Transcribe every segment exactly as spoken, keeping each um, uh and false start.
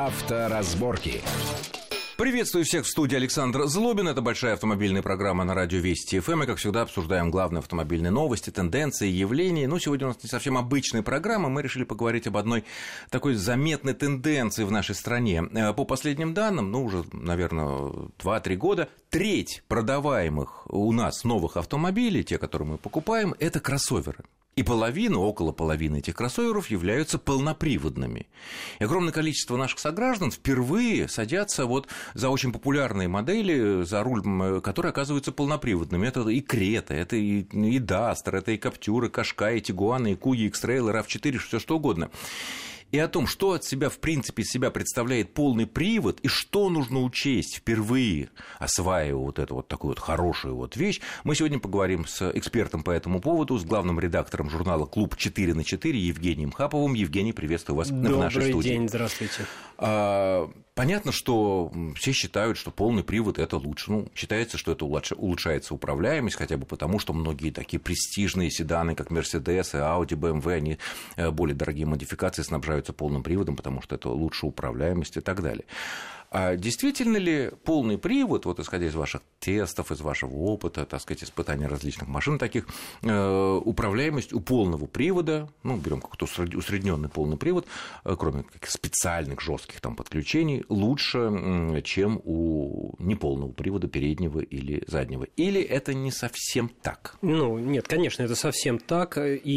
Авторазборки. Приветствую всех в студии Александр Злобин. Это большая автомобильная программа на радио Вести ФМ. И, как всегда, обсуждаем главные автомобильные новости, тенденции, явления. Но сегодня у нас не совсем обычная программа. Мы решили поговорить об одной такой заметной тенденции в нашей стране. По последним данным, ну, уже, наверное, два-три года, треть продаваемых у нас новых автомобилей, те, которые мы покупаем, это кроссоверы. И половина, около половины этих кроссоверов являются полноприводными. И огромное количество наших сограждан впервые садятся вот за очень популярные модели, за руль, которые оказываются полноприводными. Это и Крета, это и, и Дастер, это и Каптюр, и Кашкай, и Тигуан, и Куги, X-Trail, и рав четыре, все что угодно. И о том, что от себя, в принципе, из себя представляет полный привод, и что нужно учесть впервые, осваивая вот эту вот такую вот хорошую вот вещь, мы сегодня поговорим с экспертом по этому поводу, с главным редактором журнала «Клуб четыре на четыре» Евгением Хаповым. Евгений, приветствую вас Добрый в нашей студии. Добрый день, здравствуйте. А, понятно, что все считают, что полный привод – это лучше. Ну, считается, что это улучшается управляемость, хотя бы потому, что многие такие престижные седаны, как Mercedes, Audi, бэ эм вэ, они более дорогие модификации снабжают полным приводом, потому что это лучше управляемость и так далее. А действительно ли полный привод, вот исходя из ваших тестов, из вашего опыта, так сказать, испытаний различных машин таких, э, управляемость у полного привода, ну, берем какой-то усредненный полный привод, э, кроме каких специальных жестких там подключений, лучше, э, чем у неполного привода переднего или заднего? Или это не совсем так? Ну, нет, конечно, это совсем так.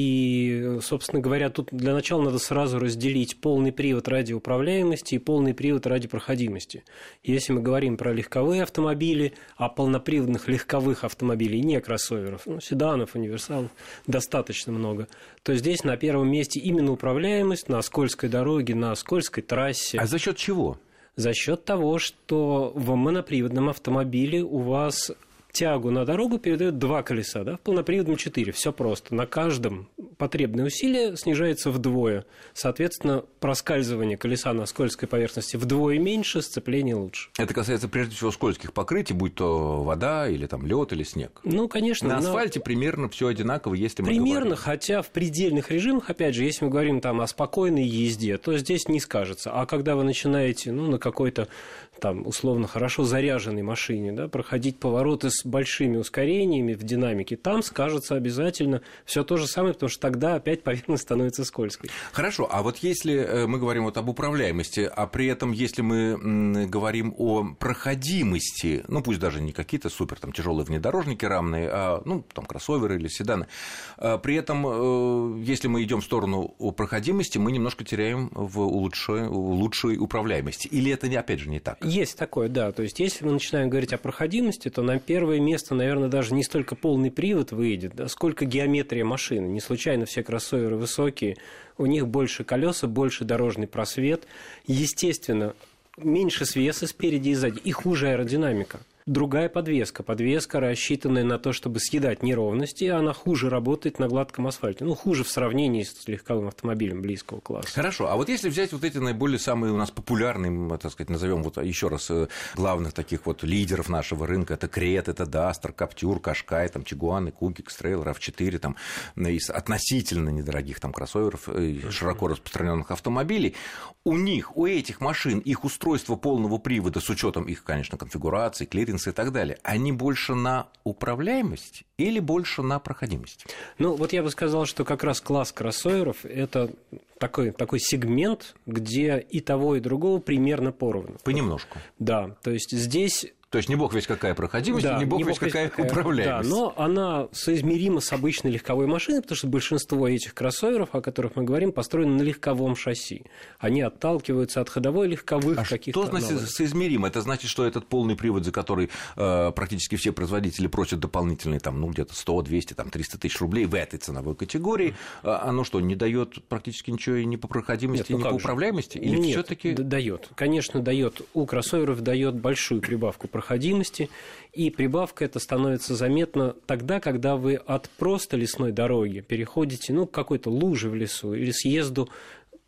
И, собственно говоря, тут для начала надо сразу разделить полный привод ради управляемости и полный привод ради проходимости. Если мы говорим про легковые автомобили, а полноприводных легковых автомобилей, не кроссоверов, ну, седанов, универсалов, достаточно много, то здесь на первом месте именно управляемость на скользкой дороге, на скользкой трассе. А за счет чего? За счет того, что в моноприводном автомобиле у вас тягу на дорогу передают два колеса, да? В полноприводном четыре. Все просто. На каждом потребное усилие снижается вдвое. Соответственно, проскальзывание колеса на скользкой поверхности вдвое меньше, сцепление лучше. Это касается прежде всего скользких покрытий, будь то вода или там лед или снег. Ну, конечно. На асфальте но... примерно все одинаково, если мы Примерно, говорим. Хотя в предельных режимах, опять же, если мы говорим там о спокойной езде, то здесь не скажется. А когда вы начинаете, ну, на какой-то там условно хорошо заряженной машине, да, проходить повороты с большими ускорениями в динамике, там скажется обязательно все то же самое, потому что тогда опять поверхность становится скользкой. Хорошо, а вот если мы говорим вот об управляемости, а при этом если мы говорим о проходимости, ну пусть даже не какие-то супер там тяжелые внедорожники рамные, а ну там кроссоверы или седаны, при этом если мы идем в сторону проходимости, мы немножко теряем в лучшей, лучшей управляемости. Или это опять же не так? Есть такое, да. То есть, если мы начинаем говорить о проходимости, то на первое место, наверное, даже не столько полный привод выйдет, да, сколько геометрия машины. Не случайно все кроссоверы высокие, у них больше колеса, больше дорожный просвет. Естественно, меньше свеса спереди и сзади, и хуже аэродинамика. Другая подвеска. Подвеска, рассчитанная на то, чтобы съедать неровности, она хуже работает на гладком асфальте. Ну, хуже в сравнении с легковым автомобилем близкого класса. Хорошо. А вот если взять вот эти наиболее самые у нас популярные, так сказать, назовем вот еще раз главных таких вот лидеров нашего рынка, это Крета, это Дастер, Каптюр, Кашкай, там, Тигуан, Куги, X-Trail, рав четыре, там, из относительно недорогих там кроссоверов, широко распространенных автомобилей, у них, у этих машин, их устройство полного привода с учетом их, конечно, конфигурации, клиренса и так далее, они больше на управляемость или больше на проходимость? Ну, вот я бы сказал, что как раз класс кроссоверов – это такой, такой сегмент, где и того, и другого примерно поровну. Понемножку. Да, то есть здесь... То есть не бог весть какая проходимость, да, не бог весть какая, какая управляемость. Да, но она соизмерима с обычной легковой машиной, потому что большинство этих кроссоверов, о которых мы говорим, построены на легковом шасси. Они отталкиваются от ходовой легковых а каких-то что значит соизмеримо? Это значит, что этот полный привод, за который э, практически все производители просят дополнительные, там, ну, где-то сто, двести, там, триста тысяч рублей в этой ценовой категории, э, оно что, не дает практически ничего и ни по проходимости, Нет, ну ни по управляемости? Или Нет, всё-таки... дает. Конечно, дает. У кроссоверов дает большую прибавку проходимости. И прибавка эта становится заметна тогда, когда вы от просто лесной дороги переходите, ну, к какой-то луже в лесу или съезду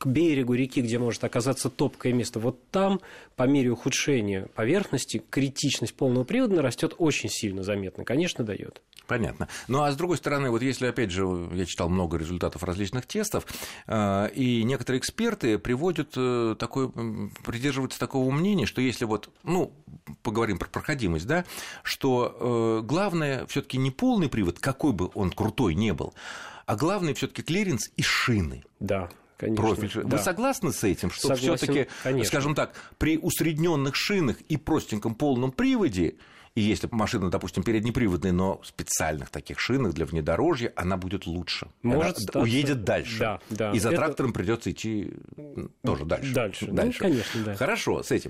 к берегу реки, где может оказаться топкое место, вот там по мере ухудшения поверхности критичность полного привода растет очень сильно заметно. Конечно, дает. Понятно. Ну, а с другой стороны, вот если, опять же, я читал много результатов различных тестов, и некоторые эксперты приводят такое, придерживаются такого мнения, что если вот, ну, поговорим про проходимость, да, что главное все таки не полный привод, какой бы он крутой не был, а главное все таки клиренс и шины. Да. Конечно, профиль. да. Вы согласны с этим, что все-таки, скажем так, при усредненных шинах и простеньком полном приводе, и если машина, допустим, переднеприводная, но в специальных таких шинах для внедорожья, она будет лучше. Может, она статься... уедет дальше. Да, да. И за Это... трактором придется идти тоже дальше. Дальше, дальше. Ну, конечно, да. Хорошо, с этим.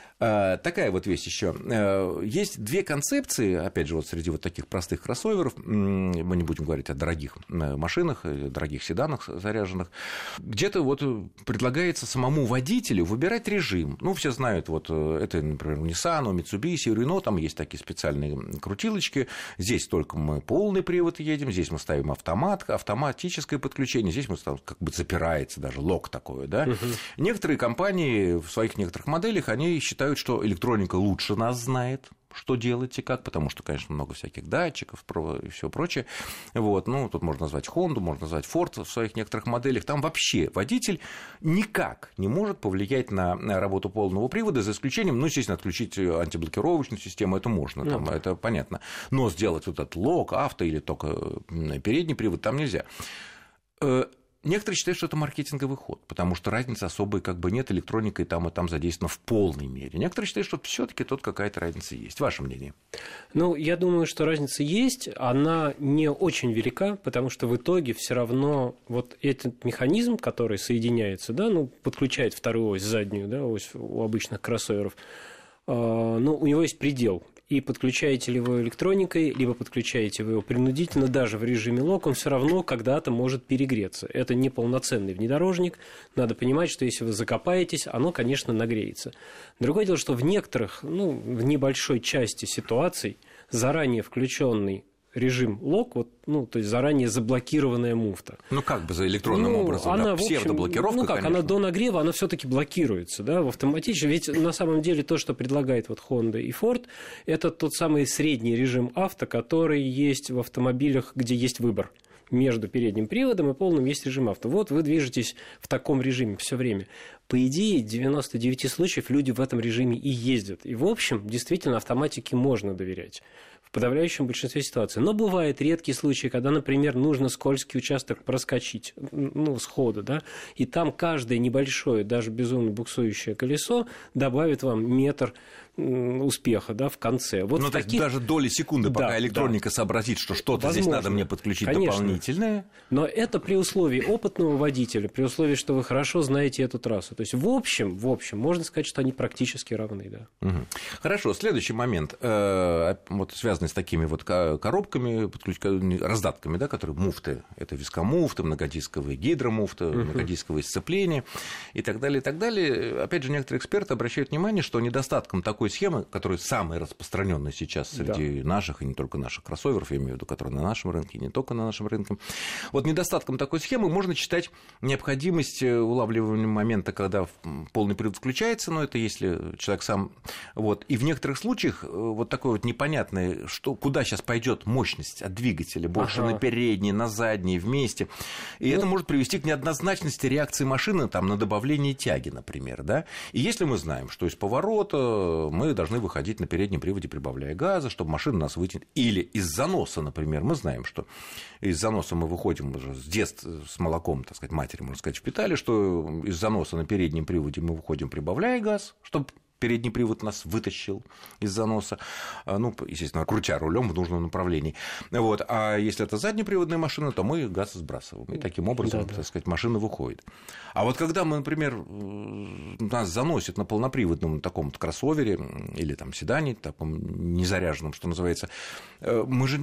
Такая вот вещь еще. Есть две концепции, опять же, вот среди вот таких простых кроссоверов, мы не будем говорить о дорогих машинах, дорогих седанах заряженных, где-то вот предлагается самому водителю выбирать режим. Ну, все знают, вот это, например, у Nissan, у Mitsubishi, у Renault, там есть такие специальные крутилочки, здесь только мы полный привод едем, здесь мы ставим автомат, автоматическое подключение, здесь мы как бы запирается даже, лок такой, да. Угу. Некоторые компании в своих некоторых моделях, они считают, что электроника лучше нас знает, что делать и как, потому что, конечно, много всяких датчиков и все прочее. Вот. Ну, тут можно назвать Honda, можно назвать Ford в своих некоторых моделях. Там вообще водитель никак не может повлиять на работу полного привода, за исключением, ну, естественно, отключить антиблокировочную систему, это можно, там, ну, это понятно. Но сделать вот этот лок, авто или только передний привод там нельзя. Некоторые считают, что это маркетинговый ход, потому что разницы особой как бы нет, электроника и там, и там задействована в полной мере. Некоторые считают, что все-таки тут какая-то разница есть. Ваше мнение? Ну, я думаю, что разница есть, она не очень велика, потому что в итоге все равно вот этот механизм, который соединяется, да, ну, подключает вторую ось, заднюю, да, ось у обычных кроссоверов, э, ну, у него есть предел. И подключаете ли вы электроникой, либо подключаете вы его принудительно, даже в режиме лок, он все равно когда-то может перегреться. Это не полноценный внедорожник. Надо понимать, что если вы закопаетесь, оно, конечно, нагреется. Другое дело, что в некоторых, ну, в небольшой части ситуаций заранее включенный режим лок, вот, ну, то есть заранее заблокированная муфта. Ну, как бы за электронным ну, образом, она, да, в общем, псевдоблокировка, ну, как, конечно. она до нагрева, она все-таки блокируется, да, в автоматически. Ведь на самом деле то, что предлагает вот Honda и Ford, это тот самый средний режим авто, который есть в автомобилях, где есть выбор. Между передним приводом и полным есть режим авто. Вот вы движетесь в таком режиме все время. По идее, в девяноста девяти случаях люди в этом режиме и ездят. И, в общем, действительно, автоматике можно доверять. В подавляющем большинстве ситуаций. Но бывают редкие случаи, когда, например, нужно скользкий участок проскочить, ну, сходу, да, и там каждое небольшое, даже безумно буксующее колесо добавит вам метр успеха, да, в конце. Вот ну, в то таких... есть даже доли секунды, пока да, электроника да. сообразит, что что-то Возможно. здесь надо мне подключить, конечно. Дополнительное. Но это при условии опытного водителя, при условии, что вы хорошо знаете эту трассу. То есть, в общем, в общем, можно сказать, что они практически равны, да. Угу. Хорошо, следующий момент, вот связанный с такими вот коробками, раздатками, да, которые муфты, это вискомуфты, многодисковые гидромуфты, угу. многодисковые сцепления и так далее, и так далее. Опять же, некоторые эксперты обращают внимание, что недостатком такой схемы, которая самая распространенная сейчас среди да. наших, и не только наших кроссоверов, я имею в виду, которые на нашем рынке, и не только на нашем рынке, вот недостатком такой схемы можно считать необходимость улавливания момента, когда полный привод включается, но это если человек сам... Вот, и в некоторых случаях вот такое вот непонятное, что, куда сейчас пойдет мощность от двигателя, больше ага. на передний, на задний, вместе, и ну... это может привести к неоднозначности реакции машины там, на добавление тяги, например, да, и если мы знаем, что из поворота мы должны выходить на переднем приводе, прибавляя газа, чтобы машина нас вытянет, или из заноса, например, мы знаем, что из заноса мы выходим уже с детства, с молоком, так сказать, матери, можно сказать, впитали, что из заноса на переднем приводе мы выходим, прибавляя газ, чтобы передний привод нас вытащил из заноса, ну, естественно, крутя рулем в нужном направлении. Вот. А если это заднеприводная машина, то мы газ сбрасываем, и таким образом, да, так сказать, машина выходит. А вот когда мы, например, нас заносит на полноприводном таком кроссовере или там седане, таком незаряженном, что называется, мы же...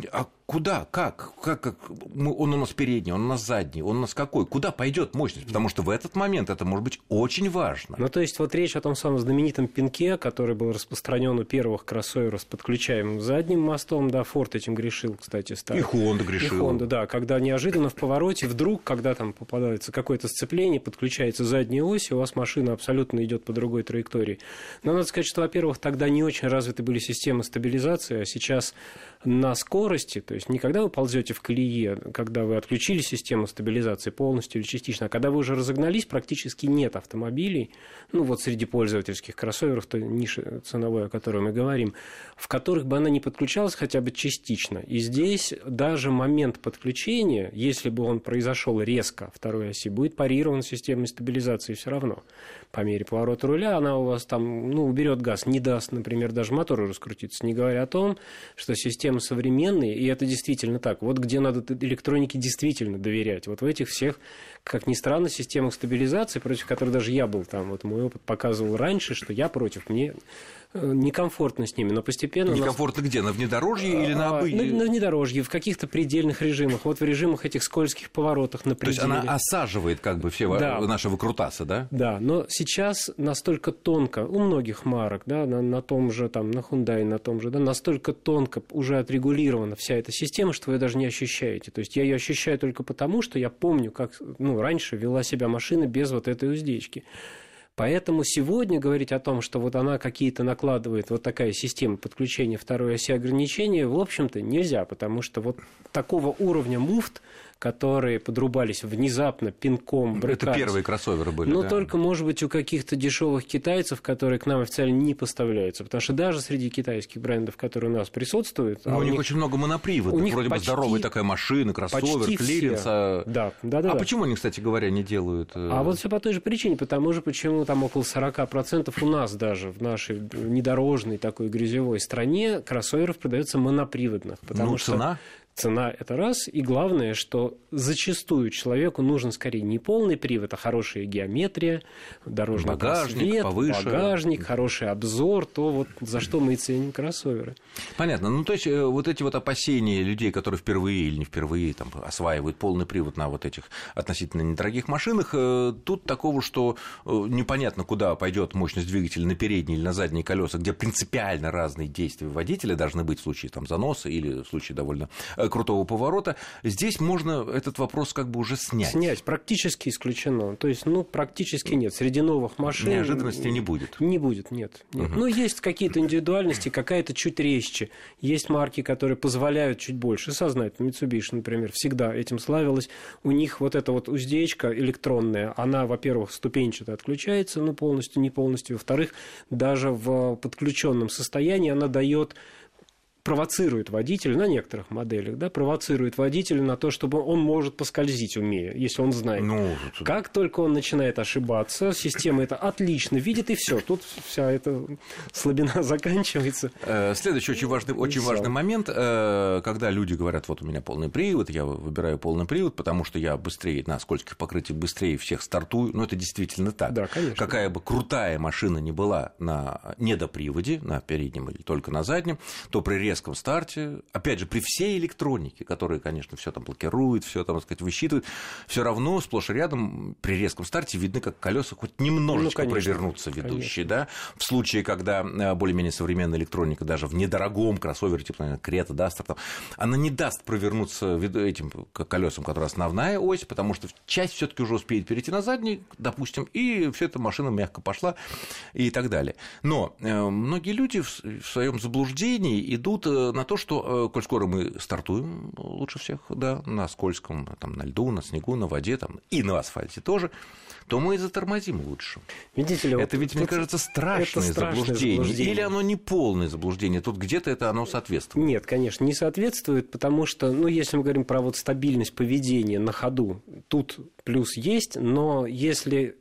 куда, как, как, как он у нас передний, он у нас задний, он у нас какой, куда пойдет мощность? Потому что в этот момент это может быть очень важно. Ну, то есть, вот речь о том самом знаменитом пинке, который был распространен у первых кроссоверов с подключаемым задним мостом, да, Ford этим грешил, кстати, старый. И Honda грешил. И Honda, да, когда неожиданно в повороте вдруг, когда там попадается какое-то сцепление, подключается задняя ось, и у вас машина абсолютно идет по другой траектории. Но надо сказать, что, во-первых, тогда не очень развиты были системы стабилизации, а сейчас на скорости, то есть не когда вы ползете в колее, когда вы отключили систему стабилизации полностью или частично, а когда вы уже разогнались, практически нет автомобилей, ну вот среди пользовательских кроссоверов, той ниши ценовой, о которой мы говорим, в которых бы она не подключалась хотя бы частично. И здесь даже момент подключения, если бы он произошел резко второй оси, будет парирован системой стабилизации все равно. По мере поворота руля она у вас там, ну, уберет газ, не даст, например, даже мотору раскрутиться, не говоря о том, что системы современные, и это действительно так. Вот где надо электронике действительно доверять. Вот в этих всех, как ни странно, системах стабилизации, против которых даже я был там, вот мой опыт показывал раньше, что я против, мне некомфортно с ними, но постепенно... Некомфортно нас... где? На внедорожье или на обычном? На, на внедорожье, в каких-то предельных режимах. Вот в режимах этих скользких поворотах на пределе. То есть она осаживает как бы все да. наши выкрутасы, да? Да, но сейчас настолько тонко, у многих марок, да, на, на том же, там, на Hyundai, на том же, да, настолько тонко уже отрегулирована вся эта система, что вы ее даже не ощущаете. То есть я ее ощущаю только потому, что я помню, как, ну, раньше вела себя машина без вот этой уздечки. Поэтому сегодня говорить о том, что вот она какие-то накладывает, вот такая система подключения второй оси ограничения, в общем-то, нельзя, потому что вот такого уровня муфт, которые подрубались внезапно пинком, брыкались. Это первые кроссоверы были, Но да. только, может быть, у каких-то дешевых китайцев, которые к нам официально не поставляются. Потому что даже среди китайских брендов, которые у нас присутствуют... Но а у них очень много моноприводов. У них вроде почти, бы здоровая такая машина, кроссовер, клиренс. А... Да, да, да, а да. почему они, кстати говоря, не делают... А вот все по той же причине, потому же, почему там около сорок процентов у нас даже в нашей внедорожной такой грязевой стране кроссоверов продается моноприводных. Потому ну, что... цена? Цена – это раз. И главное, что зачастую человеку нужен скорее не полный привод, а хорошая геометрия, дорожный багажник, просвет, повыше. багажник, хороший обзор, то вот за что мы и ценим кроссоверы. Понятно. Ну, то есть, вот эти вот опасения людей, которые впервые или не впервые там, осваивают полный привод на вот этих относительно недорогих машинах, тут такого, что непонятно, куда пойдет мощность двигателя на передние или на задние колеса, где принципиально разные действия водителя должны быть в случае там, заноса или в случае довольно крутого поворота, здесь можно этот вопрос как бы уже снять. Снять практически исключено. То есть, ну, практически нет. Среди новых машин... Неожиданности не будет. Не будет, нет. нет. Угу. Ну, есть какие-то индивидуальности, какая-то чуть резче. Есть марки, которые позволяют чуть больше. Сознательно. Mitsubishi, например, всегда этим славилась. У них вот эта вот уздечка электронная, она, во-первых, ступенчато отключается, ну, полностью, не полностью. Во-вторых, даже в подключенном состоянии она дает... провоцирует водителя на некоторых моделях, да, провоцирует водителя на то, чтобы он может поскользить, умея, если он знает. Ну, как только он начинает ошибаться, система это отлично видит, и все, тут вся эта слабина заканчивается. Следующий очень важный, очень важный момент, когда люди говорят, вот у меня полный привод, я выбираю полный привод, потому что я быстрее на скользких покрытиях быстрее всех стартую, ну, это действительно так. Да, конечно. Какая бы крутая машина ни была на недоприводе, на переднем или только на заднем, то при резком старте, опять же, при всей электронике, которая, конечно, все там блокирует, все там, так сказать, высчитывает, все равно сплошь и рядом при резком старте видно, как колеса хоть немножечко ну, провернутся ведущие, да. В случае, когда более-менее современная электроника, даже в недорогом кроссовере, типа, наверное, Крета, Дастер, там, она не даст провернуться этим колесам, которые основная ось, потому что часть все-таки уже успеет перейти на задний, допустим, и все эта машина мягко пошла и так далее. Но многие люди в своем заблуждении идут на то, что, коль скоро мы стартуем лучше всех, да, на скользком, там, на льду, на снегу, на воде, там, и на асфальте тоже, то мы и затормозим лучше. Видите ли, это вот ведь, мне кажется, страшное, это страшное заблуждение. заблуждение. Или оно не полное заблуждение, тут где-то это оно соответствует. Нет, конечно, не соответствует, потому что, ну, если мы говорим про вот стабильность поведения на ходу, тут плюс есть, но если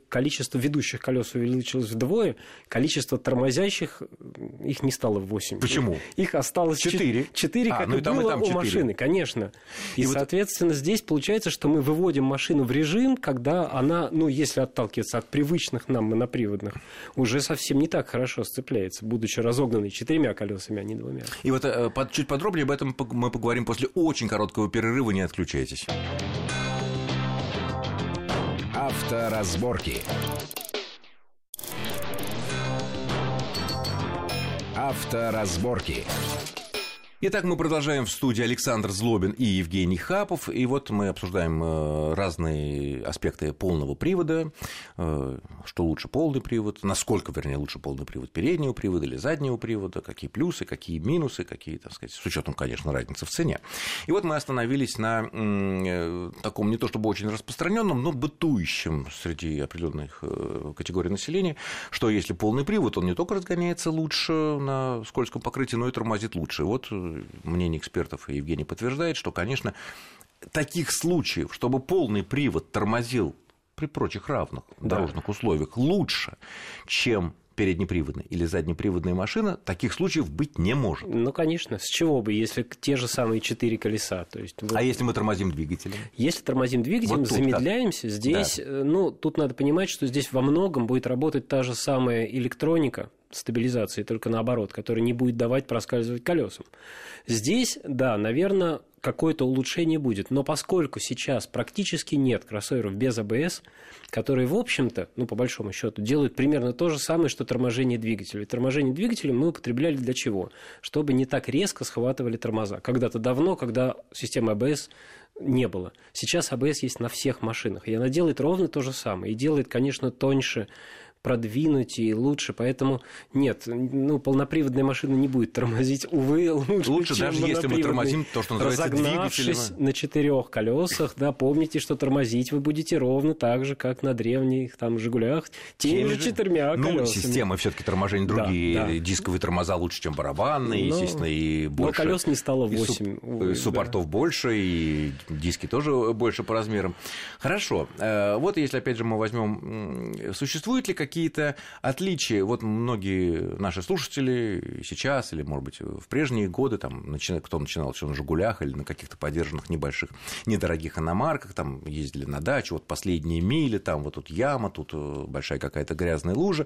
количество ведущих колес увеличилось вдвое, количество тормозящих их не стало в восемь. Почему? Их осталось четыре. четыре, как а, ну и, и было и у машины, конечно. И, и соответственно, вот... здесь получается, что мы выводим машину в режим, когда она, ну, если отталкиваться от привычных нам моноприводных, уже совсем не так хорошо сцепляется, будучи разогнанной четырьмя колесами, а не двумя. И вот чуть подробнее об этом мы поговорим после очень короткого перерыва. Не отключайтесь. Авторазборки. Авторазборки. Итак, мы продолжаем в студии Александр Злобин и Евгений Хапов. И вот мы обсуждаем разные аспекты полного привода. Что лучше полный привод, насколько, вернее, лучше полный привод переднего привода или заднего привода, какие плюсы, какие минусы, какие, так сказать, с учетом, конечно, разницы в цене. И вот мы остановились на таком не то чтобы очень распространенном, но бытующем среди определенных категорий населения, что если полный привод, он не только разгоняется лучше на скользком покрытии, но и тормозит лучше. Вот мнение экспертов, и Евгений подтверждает, что, конечно, таких случаев, чтобы полный привод тормозил при прочих равных да. дорожных условиях лучше, чем переднеприводная или заднеприводная машина, таких случаев быть не может. Ну, конечно, с чего бы, если те же самые четыре колеса. То есть, вот... А если мы тормозим двигателем? Если тормозим двигателем, вот замедляемся, как... здесь, да. ну, тут надо понимать, что здесь во многом будет работать та же самая электроника, стабилизации, только наоборот, которая не будет давать проскальзывать колесам. Здесь, да, наверное, какое-то улучшение будет, но поскольку сейчас практически нет кроссоверов без АБС, которые, в общем-то, ну, по большому счету, делают примерно то же самое, что торможение двигателя. Торможение двигателя мы употребляли для чего? Чтобы не так резко схватывали тормоза. Когда-то давно, когда системы АБС не было. Сейчас АБС есть на всех машинах, и она делает ровно то же самое. И делает, конечно, тоньше, продвинуть и лучше, поэтому нет, ну, полноприводная машина не будет тормозить, увы, лучше, лучше чем даже если мы тормозим то, что называется двигателем. На четырех колесах, да, помните, что тормозить вы будете ровно так же, как на древних там «Жигулях», теми же четырьмя ну, колесами. Системы все-таки торможения другие, да, да. Дисковые тормоза лучше, чем барабанные, но, естественно, и больше. Но колес не стало восемь. И суппортов да. больше, и диски тоже больше по размерам. Хорошо, вот если опять же мы возьмем, существует ли какие какие-то отличия. Вот многие наши слушатели сейчас, или, может быть, в прежние годы, там, кто начинал еще на «Жигулях» или на каких-то подержанных небольших, недорогих иномарках, там, ездили на дачу, вот последние мили, там, вот тут яма, тут большая какая-то грязная лужа.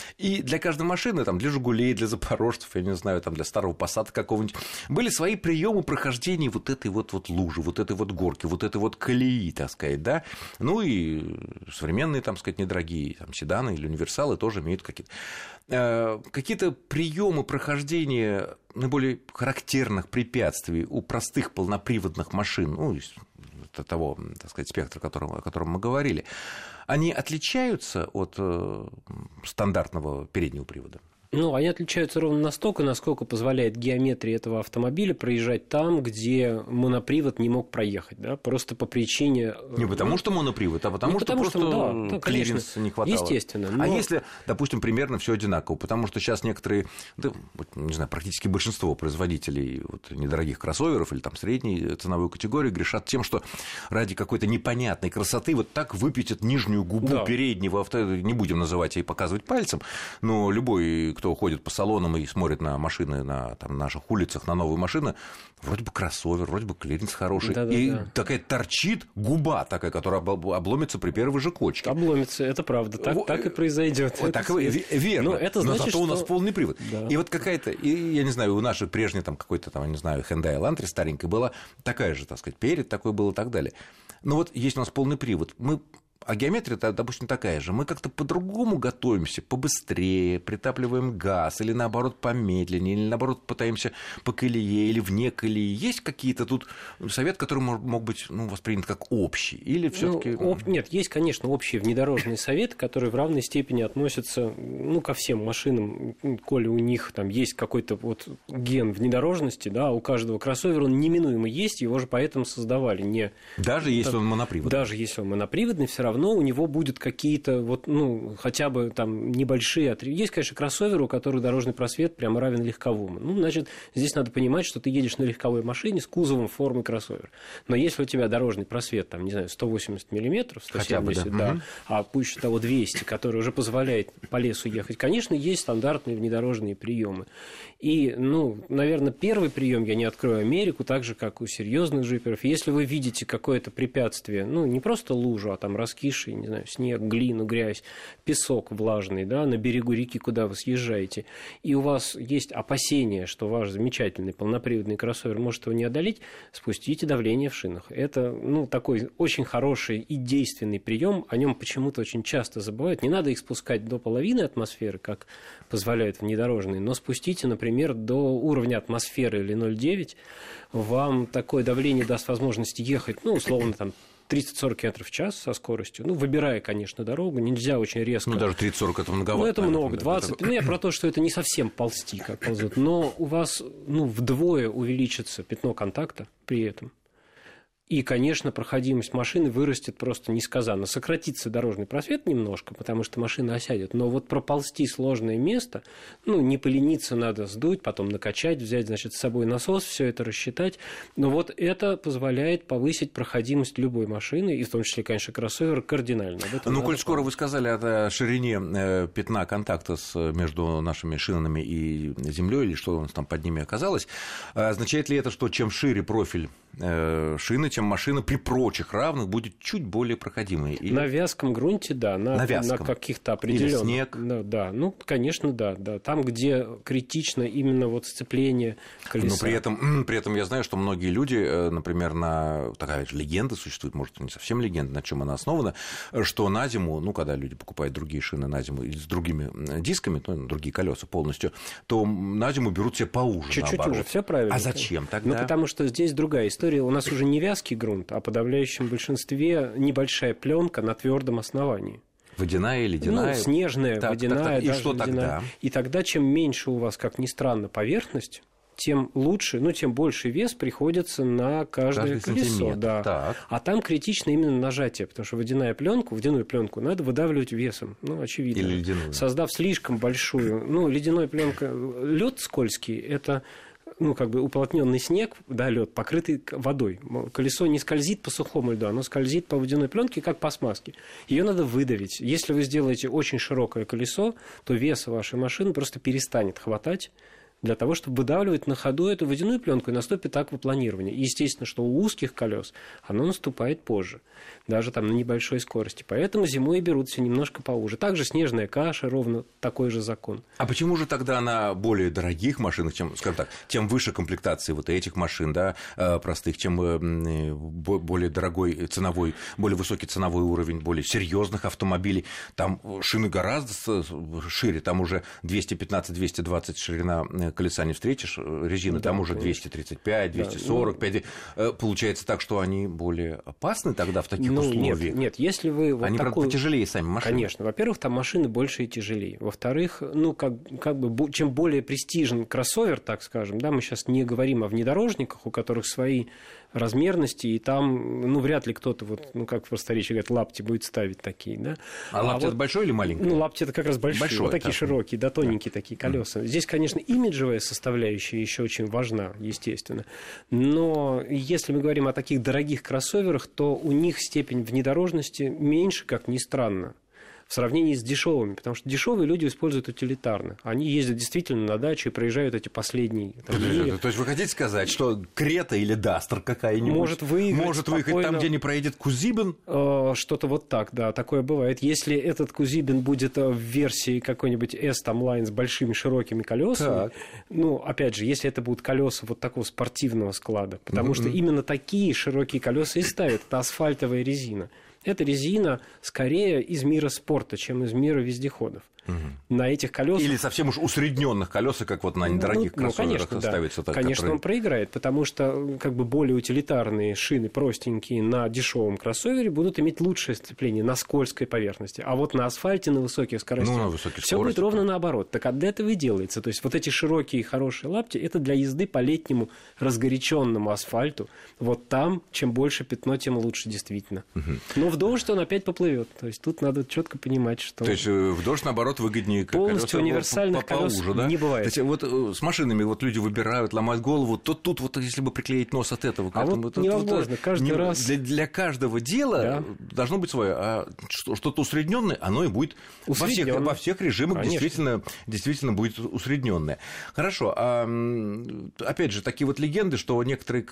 И для каждой машины, там, для «Жигулей», для «Запорожцев», я не знаю, там, для старого «Пассата» какого-нибудь, были свои приемы прохождения вот этой вот, вот лужи, вот этой вот горки, вот этой вот колеи, так сказать, да. Ну, и современные, там, сказать, недорогие там, седаны или универсалы тоже имеют какие-то, э, какие-то приемы прохождения наиболее характерных препятствий у простых полноприводных машин, ну, того, так сказать, спектра, о котором, о котором мы говорили. Они отличаются от э, стандартного переднего привода? Ну, они отличаются ровно настолько, насколько позволяет геометрия этого автомобиля проезжать там, где монопривод не мог проехать, да, просто по причине... Не потому что монопривод, а потому, потому что, что просто да, клиренс не хватало. Естественно. Но... А если, допустим, примерно все одинаково, потому что сейчас некоторые, да, не знаю, практически большинство производителей вот, недорогих кроссоверов или там средней ценовой категории грешат тем, что ради какой-то непонятной красоты вот так выпятят нижнюю губу да. переднего авто, не будем называть и показывать пальцем, но любой, кто ходит по салонам и смотрит на машины на там, наших улицах, на новые машины, вроде бы кроссовер, вроде бы клиренс хороший, да, да, и да. такая торчит губа такая, которая обломится при первой же кочке. Обломится, это правда, так, в... так и произойдет. Вот так и верно, но, это значит, но зато что... у нас полный привод. Да. И вот какая-то, и, я не знаю, у нашей прежней там какой-то, там, я не знаю, Hyundai Elantra старенькая была такая же, так сказать, перед такой был и так далее. Но вот есть у нас полный привод, мы... А геометрия, допустим, такая же. Мы как-то по-другому готовимся, побыстрее, притапливаем газ, или наоборот помедленнее, или наоборот пытаемся по колее или вне колеи. Есть какие-то тут советы, который мог быть ну, воспринят как общий? Или все-таки... Ну, об... Нет, есть, конечно, общие внедорожные советы, которые в равной степени относятся ну, ко всем машинам, коли у них там есть какой-то вот ген внедорожности, да, у каждого кроссовера он неминуемо есть, его же поэтому создавали. Не... Даже если он моноприводный? Даже если он моноприводный, все равно равно у него будут какие-то вот, ну, хотя бы там небольшие отрезки. Есть, конечно, кроссоверы, у которых дорожный просвет прямо равен легковому. Ну, значит, здесь надо понимать, что ты едешь на легковой машине с кузовом формы кроссовер. Но если у тебя дорожный просвет, там, не знаю, сто восемьдесят миллиметров, сто семьдесят, хотя бы, да, да, угу. а пусть того двести, который уже позволяет по лесу ехать, конечно, есть стандартные внедорожные приемы. И, ну, наверное, первый прием я не открою Америку, так же, как у серьезных джиперов. Если вы видите какое-то препятствие, ну, не просто лужу, а там раскисший, не знаю, снег, глину, грязь, песок влажный, да, на берегу реки, куда вы съезжаете, и у вас есть опасение, что ваш замечательный полноприводный кроссовер может его не одолеть, спустите давление в шинах. Это, ну, такой очень хороший и действенный прием, о нем почему-то очень часто забывают. Не надо их спускать до половины атмосферы, как позволяют внедорожные, но спустите, например, до уровня атмосферы или ноль целых девять десятых, вам такое давление даст возможность ехать, ну, условно, там, тридцать-сорок километров в час со скоростью, ну, выбирая, конечно, дорогу, нельзя очень резко. Ну, даже тридцать-сорок это многовато. Ну, это много, двадцать. Это... Ну, я про то, что это не совсем ползти, как ползут, но у вас, ну, вдвое увеличится пятно контакта при этом. И, конечно, проходимость машины вырастет просто несказанно. Сократится дорожный просвет немножко, потому что машина осядет. Но вот проползти сложное место, ну, не полениться надо сдуть, потом накачать, взять, значит, с собой насос, все это рассчитать. Но вот это позволяет повысить проходимость любой машины, и в том числе, конечно, кроссовер, кардинально. Ну, коль скоро вы сказали о ширине пятна контакта между нашими шинами и землей, или что у нас там под ними оказалось, означает ли это, что чем шире профиль шины, тем машина при прочих равных будет чуть более проходимой? Или... На вязком грунте, да, на, на, на каких-то определенных... Или снег? Да, да, ну, конечно, да, да. Там, где критично именно вот сцепление колеса. Но при этом, при этом я знаю, что многие люди, например, на... такая же легенда существует, может, не совсем легенда, на чем она основана, что на зиму, ну, когда люди покупают другие шины на зиму с другими дисками, ну, другие колеса полностью, то на зиму берут себе поуже, чуть-чуть наоборот. уже, все правильно. А зачем тогда? Ну, потому что здесь другая история. У нас уже не вязкий грунт, а в подавляющем большинстве небольшая пленка на твердом основании. Водяная, ледяная? Ну, снежная, так, водяная. Так, так. И даже что водяная. тогда? И тогда, чем меньше у вас, как ни странно, поверхность, тем лучше, ну, тем больше вес приходится на каждое Каждый колесо. Да. А там критично именно нажатие, потому что водяная пленку, водяную пленку надо выдавливать весом, ну, очевидно. Или ледяную. Создав слишком большую, ну, ледяной пленка, лед скользкий, это... ну, как бы уплотненный снег, да, лед, покрытый водой. Колесо не скользит по сухому льду, оно скользит по водяной пленке, как по смазке. Ее надо выдавить. Если вы сделаете очень широкое колесо, то вес вашей машины просто перестанет хватать для того, чтобы выдавливать на ходу эту водяную пленку, и наступит аквапланирование. И естественно, что у узких колес оно наступает позже, даже там на небольшой скорости. Поэтому зимой берут все немножко поуже. Также снежная каша, ровно такой же закон. А почему же тогда на более дорогих машинах, чем, скажем так, тем выше комплектации вот этих машин, да, простых, чем более дорогой ценовой, более высокий ценовой уровень, более серьезных автомобилей, там шины гораздо шире, там уже двести пятнадцать - двести двадцать ширина колеса не встретишь, резины, да, там уже двести тридцать пять - двести сорок пять. Да, ну... Получается так, что они более опасны тогда в таких ну, условиях? Нет, нет, если вы... Вот они, такую... правда, потяжелее сами машины. Конечно. Во-первых, там машины больше и тяжелее. Во-вторых, ну, как, как бы, чем более престижен кроссовер, так скажем, да, мы сейчас не говорим о внедорожниках, у которых свои размерности, и там, ну, вряд ли кто-то, вот, ну, как в просторечии говорят, лапти будет ставить такие, да. А, а лапти вот, это большой или маленький? Ну, лапти это как раз большие, большой, вот такие так. широкие, да, тоненькие да. такие колеса. Mm. Здесь, конечно, имиджевая составляющая еще очень важна, естественно. Но если мы говорим о таких дорогих кроссоверах, то у них степень внедорожности меньше, как ни странно, в сравнении с дешевыми, потому что дешевые люди используют утилитарно. Они ездят действительно на дачу и проезжают эти последние... Там, мили. То есть вы хотите сказать, что Крета или Дастер какая-нибудь может выехать, может выехать там, где не проедет Кузибин? Что-то вот так, да, такое бывает. Если этот Кузибин будет в версии какой-нибудь S-там Line с большими широкими колесами, так. ну, опять же, если это будут колеса вот такого спортивного склада, потому mm-hmm. что именно такие широкие колеса и ставят, это асфальтовая резина. Это резина скорее из мира спорта, чем из мира вездеходов. Угу. На этих колесах... Или совсем уж усредненных колесах, как вот на недорогих ну, кроссоверах ну, ставится. Да. Конечно, которые... он проиграет, потому что как бы более утилитарные шины, простенькие, на дешевом кроссовере будут иметь лучшее сцепление на скользкой поверхности. А вот на асфальте, на высоких скоростях, ну, все будет ровно наоборот. Так для этого и делается. То есть вот эти широкие хорошие лапти, это для езды по летнему разгоряченному асфальту. Вот там, чем больше пятно, тем лучше действительно. Угу. Но в дождь он опять поплывет. То есть тут надо четко понимать, что... То есть в дождь, наоборот, выгоднее полностью универсальных колес да? не бывает. Кстати, вот с машинами вот люди выбирают, ломают голову, то тут вот если бы приклеить нос от этого... А вот это, невозможно, вот, каждый не, раз... Для, для каждого дела да. должно быть свое. А что-то усредненное, оно и будет во всех, во всех режимах действительно, действительно будет усредненное. Хорошо. А, опять же, такие вот легенды, что некоторые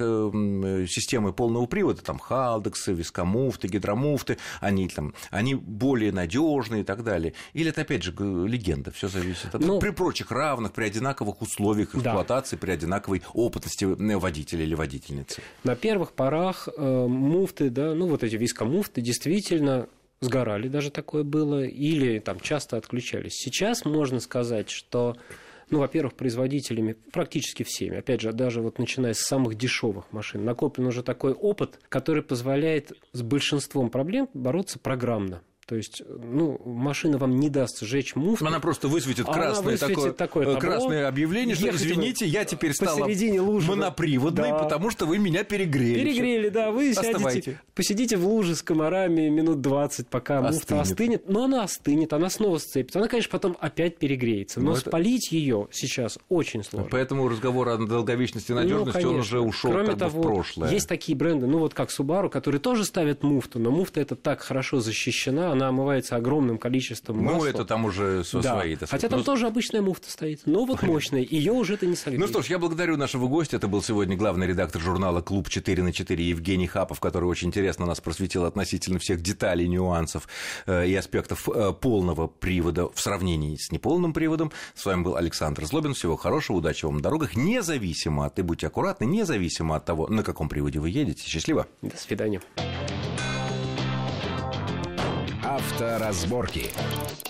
системы полного привода, там халдексы, вискомуфты, гидромуфты, они, там, они более надежные и так далее. Или это, опять же, легенда, все зависит от... Ну, при прочих равных, при одинаковых условиях эксплуатации, да. при одинаковой опытности водителя или водительницы. На первых порах э, муфты, да, ну вот эти вискомуфты действительно сгорали, даже такое было, или там часто отключались. Сейчас можно сказать, что... Ну, во-первых, производителями практически всеми, опять же, даже вот начиная с самых дешевых машин, накоплен уже такой опыт, который позволяет с большинством проблем бороться программно. То есть, ну, машина вам не даст сжечь муфту. Она просто высветит красное, высветит такое, такое красное объявление, что, извините, я теперь стала лужи, моноприводной, да. потому что вы меня перегрели. Перегрели, да, вы сядете, посидите в луже с комарами минут двадцать, пока остынет. муфта остынет. Но она остынет, она снова сцепится. Она, конечно, потом опять перегреется. Но, но спалить это... ее сейчас очень сложно. Поэтому разговор о долговечности и надежности, ну, он уже ушел Кроме как того, бы в прошлое. Есть такие бренды, ну вот как Subaru, которые тоже ставят муфту, но муфта эта так хорошо защищена, она омывается огромным количеством масла. Ну, это там уже со да. своей. Хотя там но... тоже обычная муфта стоит, но вот мощная, ее уже это не согреет. Ну что ж, я благодарю нашего гостя. Это был сегодня главный редактор журнала «Клуб четыре на четыре» Евгений Хапов, который очень интересно нас просветил относительно всех деталей, нюансов э, и аспектов э, полного привода в сравнении с неполным приводом. С вами был Александр Злобин. Всего хорошего, удачи вам на дорогах, независимо от, и будьте аккуратны, независимо от того, на каком приводе вы едете. Счастливо. До свидания. Авторазборки.